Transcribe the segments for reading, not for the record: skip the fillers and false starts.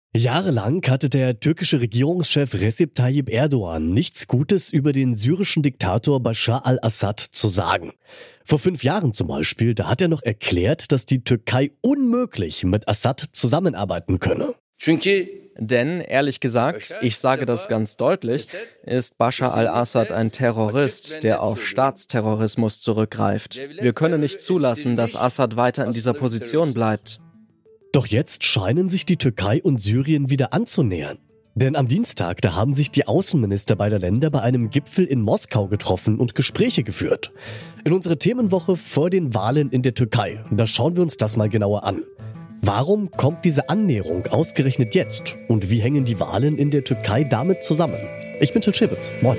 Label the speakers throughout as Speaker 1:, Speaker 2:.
Speaker 1: Jahrelang hatte der türkische Regierungschef Recep Tayyip Erdoğan nichts Gutes über den syrischen Diktator Bashar al-Assad zu sagen. Vor 5 Jahren zum Beispiel, da hat er noch erklärt, dass die Türkei unmöglich mit Assad zusammenarbeiten könne.
Speaker 2: Denn, ehrlich gesagt, ich sage das ganz deutlich, ist Bashar al-Assad ein Terrorist, der auf Staatsterrorismus zurückgreift. Wir können nicht zulassen, dass Assad weiter in dieser Position bleibt.
Speaker 1: Doch jetzt scheinen sich die Türkei und Syrien wieder anzunähern. Denn am Dienstag, da haben sich die Außenminister beider Länder bei einem Gipfel in Moskau getroffen und Gespräche geführt. In unserer Themenwoche vor den Wahlen in der Türkei, da schauen wir uns das mal genauer an. Warum kommt diese Annäherung ausgerechnet jetzt? Und wie hängen die Wahlen in der Türkei damit zusammen? Ich bin Till Schibitz. Moin.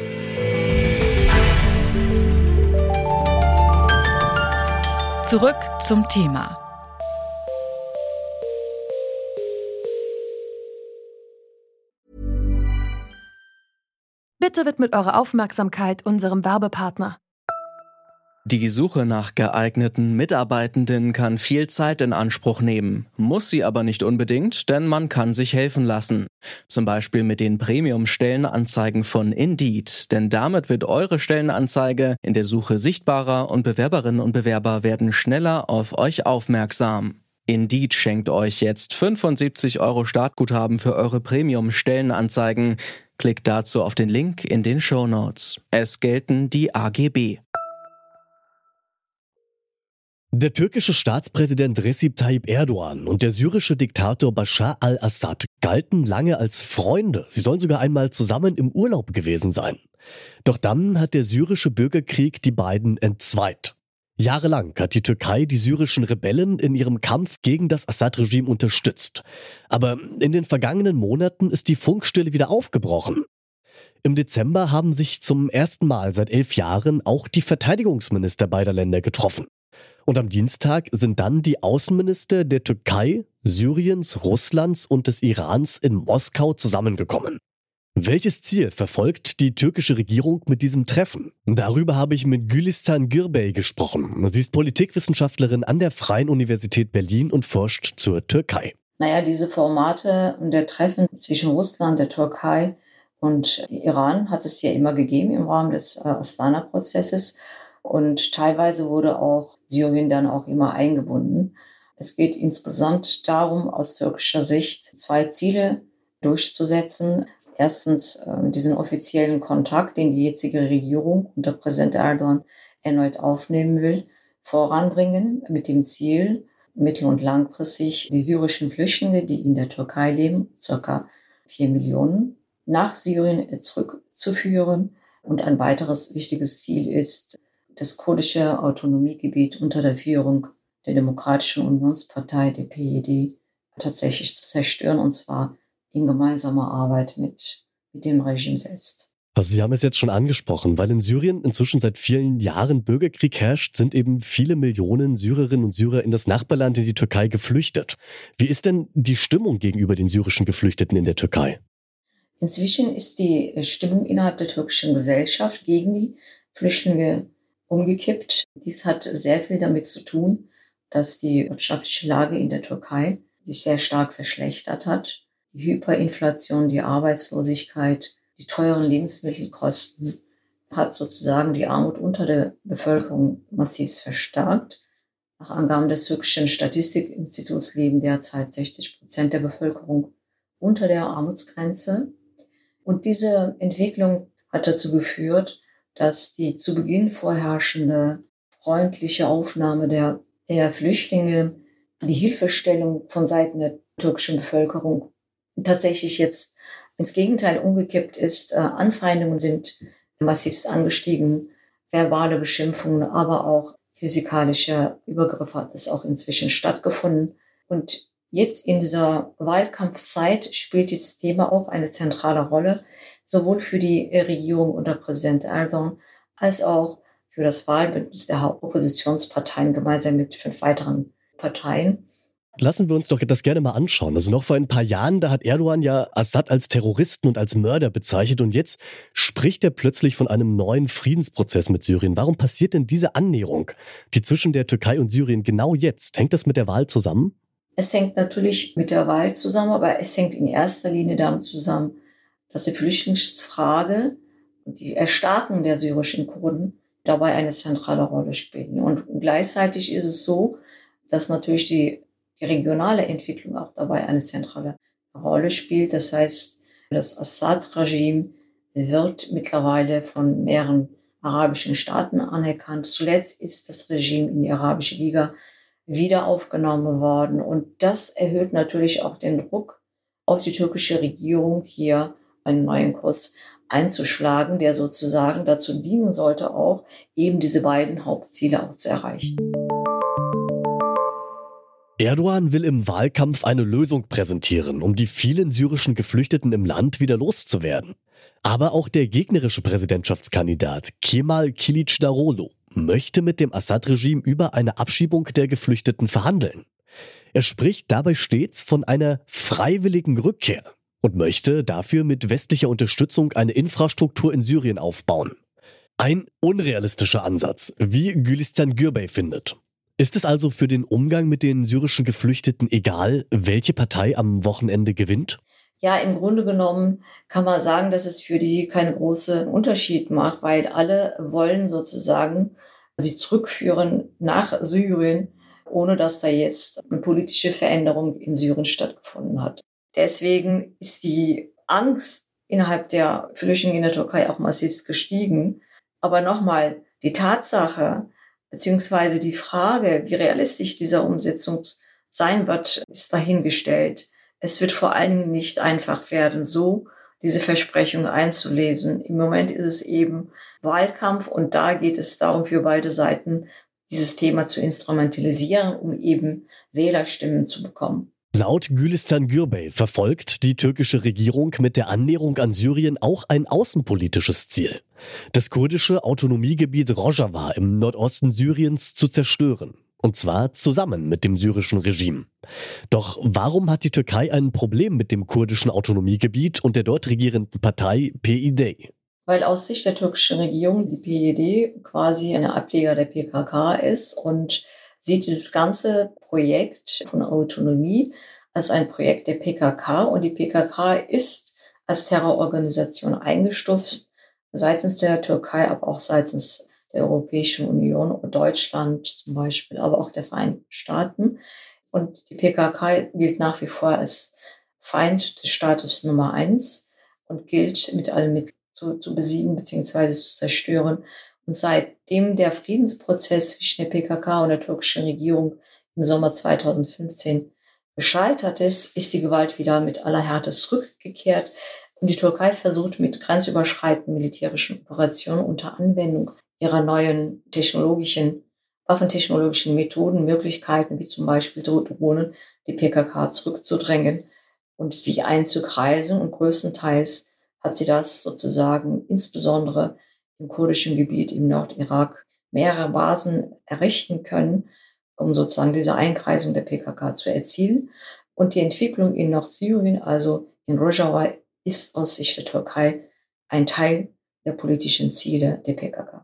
Speaker 3: Zurück zum Thema.
Speaker 4: Bitte widmet eure Aufmerksamkeit unserem Werbepartner.
Speaker 2: Die Suche nach geeigneten Mitarbeitenden kann viel Zeit in Anspruch nehmen, muss sie aber nicht unbedingt, denn man kann sich helfen lassen. Zum Beispiel mit den Premium-Stellenanzeigen von Indeed, denn damit wird eure Stellenanzeige in der Suche sichtbarer und Bewerberinnen und Bewerber werden schneller auf euch aufmerksam. Indeed schenkt euch jetzt 75 € Startguthaben für eure Premium-Stellenanzeigen. Klickt dazu auf den Link in den Shownotes. Es gelten die AGB.
Speaker 1: Der türkische Staatspräsident Recep Tayyip Erdoğan und der syrische Diktator Bashar al-Assad galten lange als Freunde. Sie sollen sogar einmal zusammen im Urlaub gewesen sein. Doch dann hat der syrische Bürgerkrieg die beiden entzweit. Jahrelang hat die Türkei die syrischen Rebellen in ihrem Kampf gegen das Assad-Regime unterstützt. Aber in den vergangenen Monaten ist die Funkstille wieder aufgebrochen. Im Dezember haben sich zum ersten Mal seit 11 Jahren auch die Verteidigungsminister beider Länder getroffen. Und am Dienstag sind dann die Außenminister der Türkei, Syriens, Russlands und des Irans in Moskau zusammengekommen. Welches Ziel verfolgt die türkische Regierung mit diesem Treffen? Darüber habe ich mit Gülistan Gürbey gesprochen. Sie ist Politikwissenschaftlerin an der Freien Universität Berlin und forscht zur Türkei.
Speaker 5: Diese Formate und der Treffen zwischen Russland, der Türkei und Iran hat es ja immer gegeben im Rahmen des Astana-Prozesses. Und teilweise wurde auch Syrien dann auch immer eingebunden. Es geht insgesamt darum, aus türkischer Sicht 2 Ziele durchzusetzen. Erstens diesen offiziellen Kontakt, den die jetzige Regierung unter Präsident Erdoğan erneut aufnehmen will, voranbringen mit dem Ziel, mittel- und langfristig die syrischen Flüchtlinge, die in der Türkei leben, ca. 4 Millionen, nach Syrien zurückzuführen. Und ein weiteres wichtiges Ziel ist, das kurdische Autonomiegebiet unter der Führung der Demokratischen Unionspartei, der PYD, tatsächlich zu zerstören, und zwar in gemeinsamer Arbeit mit dem Regime selbst.
Speaker 1: Also Sie haben es jetzt schon angesprochen, weil in Syrien inzwischen seit vielen Jahren Bürgerkrieg herrscht, sind eben viele Millionen Syrerinnen und Syrer in das Nachbarland, in die Türkei, geflüchtet. Wie ist denn die Stimmung gegenüber den syrischen Geflüchteten in der Türkei?
Speaker 5: Inzwischen ist die Stimmung innerhalb der türkischen Gesellschaft gegen die Flüchtlinge umgekippt. Dies hat sehr viel damit zu tun, dass die wirtschaftliche Lage in der Türkei sich sehr stark verschlechtert hat. Die Hyperinflation, die Arbeitslosigkeit, die teuren Lebensmittelkosten hat sozusagen die Armut unter der Bevölkerung massiv verstärkt. Nach Angaben des türkischen Statistikinstituts leben derzeit 60% der Bevölkerung unter der Armutsgrenze. Und diese Entwicklung hat dazu geführt, dass die zu Beginn vorherrschende freundliche Aufnahme der Flüchtlinge, die Hilfestellung von Seiten der türkischen Bevölkerung tatsächlich jetzt ins Gegenteil umgekippt ist. Anfeindungen sind massivst angestiegen, verbale Beschimpfungen, aber auch physikalische Übergriffe hat es auch inzwischen stattgefunden. Und jetzt in dieser Wahlkampfzeit spielt dieses Thema auch eine zentrale Rolle, sowohl für die Regierung unter Präsident Erdoğan als auch für das Wahlbündnis der Oppositionsparteien gemeinsam mit 5 weiteren Parteien.
Speaker 1: Lassen wir uns doch das gerne mal anschauen. Also noch vor ein paar Jahren, da hat Erdoğan ja Assad als Terroristen und als Mörder bezeichnet und jetzt spricht er plötzlich von einem neuen Friedensprozess mit Syrien. Warum passiert denn diese Annäherung, die zwischen der Türkei und Syrien genau jetzt? Hängt das mit der Wahl zusammen?
Speaker 5: Es hängt natürlich mit der Wahl zusammen, aber es hängt in erster Linie damit zusammen, dass die Flüchtlingsfrage und die Erstarkung der syrischen Kurden dabei eine zentrale Rolle spielen. Und gleichzeitig ist es so, dass natürlich die regionale Entwicklung auch dabei eine zentrale Rolle spielt. Das heißt, das Assad-Regime wird mittlerweile von mehreren arabischen Staaten anerkannt. Zuletzt ist das Regime in die Arabische Liga wieder aufgenommen worden. Und das erhöht natürlich auch den Druck auf die türkische Regierung, hier einen neuen Kurs einzuschlagen, der sozusagen dazu dienen sollte, auch eben diese beiden Hauptziele auch zu erreichen.
Speaker 1: Erdogan will im Wahlkampf eine Lösung präsentieren, um die vielen syrischen Geflüchteten im Land wieder loszuwerden. Aber auch der gegnerische Präsidentschaftskandidat Kemal Kılıçdaroğlu möchte mit dem Assad-Regime über eine Abschiebung der Geflüchteten verhandeln. Er spricht dabei stets von einer freiwilligen Rückkehr und möchte dafür mit westlicher Unterstützung eine Infrastruktur in Syrien aufbauen. Ein unrealistischer Ansatz, wie Gülistan Gürbey findet. Ist es also für den Umgang mit den syrischen Geflüchteten egal, welche Partei am Wochenende gewinnt?
Speaker 5: Ja, im Grunde genommen kann man sagen, dass es für die keinen großen Unterschied macht, weil alle wollen sozusagen sie zurückführen nach Syrien, ohne dass da jetzt eine politische Veränderung in Syrien stattgefunden hat. Deswegen ist die Angst innerhalb der Flüchtlinge in der Türkei auch massiv gestiegen. Aber nochmal, die Tatsache beziehungsweise die Frage, wie realistisch diese Umsetzung sein wird, ist dahingestellt. Es wird vor allen Dingen nicht einfach werden, so diese Versprechung einzulesen. Im Moment ist es eben Wahlkampf und da geht es darum, für beide Seiten dieses Thema zu instrumentalisieren, um eben Wählerstimmen zu bekommen.
Speaker 1: Laut Gülistan Gürbey verfolgt die türkische Regierung mit der Annäherung an Syrien auch ein außenpolitisches Ziel: das kurdische Autonomiegebiet Rojava im Nordosten Syriens zu zerstören. Und zwar zusammen mit dem syrischen Regime. Doch warum hat die Türkei ein Problem mit dem kurdischen Autonomiegebiet und der dort regierenden Partei PYD?
Speaker 5: Weil aus Sicht der türkischen Regierung die PYD quasi eine Ableger der PKK ist und sieht dieses ganze Projekt von Autonomie als ein Projekt der PKK. Und die PKK ist als Terrororganisation eingestuft, seitens der Türkei, aber auch seitens der Europäischen Union und Deutschland zum Beispiel, aber auch der Vereinigten Staaten. Und die PKK gilt nach wie vor als Feind des Staates Nummer 1 und gilt mit allen Mitteln zu besiegen bzw. zu zerstören. Und seitdem der Friedensprozess zwischen der PKK und der türkischen Regierung im Sommer 2015 gescheitert ist, ist die Gewalt wieder mit aller Härte zurückgekehrt. Und die Türkei versucht mit grenzüberschreitenden militärischen Operationen unter Anwendung ihrer neuen waffentechnologischen Methoden, Möglichkeiten, wie zum Beispiel Drohnen, die PKK zurückzudrängen und sie einzukreisen. Und größtenteils hat sie das sozusagen insbesondere im kurdischen Gebiet im Nordirak mehrere Basen errichten können, um sozusagen diese Einkreisung der PKK zu erzielen. Und die Entwicklung in Nordsyrien, also in Rojava, ist aus Sicht der Türkei ein Teil der politischen Ziele der PKK.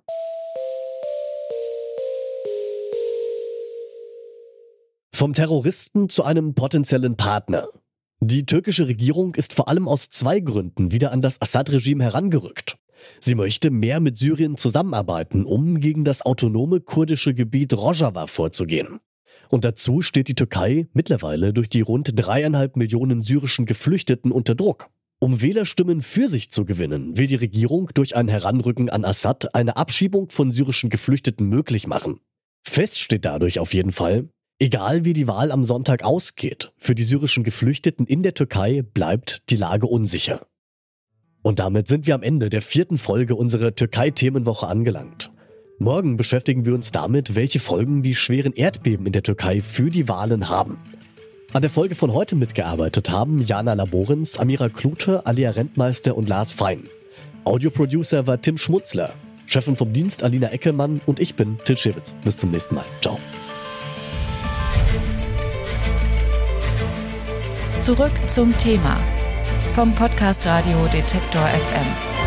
Speaker 1: Vom Terroristen zu einem potenziellen Partner. Die türkische Regierung ist vor allem aus 2 Gründen wieder an das Assad-Regime herangerückt. Sie möchte mehr mit Syrien zusammenarbeiten, um gegen das autonome kurdische Gebiet Rojava vorzugehen. Und dazu steht die Türkei mittlerweile durch die rund 3,5 Millionen syrischen Geflüchteten unter Druck. Um Wählerstimmen für sich zu gewinnen, will die Regierung durch ein Heranrücken an Assad eine Abschiebung von syrischen Geflüchteten möglich machen. Fest steht dadurch auf jeden Fall: egal wie die Wahl am Sonntag ausgeht, für die syrischen Geflüchteten in der Türkei bleibt die Lage unsicher. Und damit sind wir am Ende der 4. Folge unserer Türkei-Themenwoche angelangt. Morgen beschäftigen wir uns damit, welche Folgen die schweren Erdbeben in der Türkei für die Wahlen haben. An der Folge von heute mitgearbeitet haben Jana Laborens, Amira Klute, Alia Rentmeister und Lars Fein. Audioproducer war Tim Schmutzler, Chefin vom Dienst Alina Eckelmann und ich bin Til Schewitz. Bis zum nächsten Mal. Ciao.
Speaker 3: Zurück zum Thema vom Podcast Radio Detektor FM.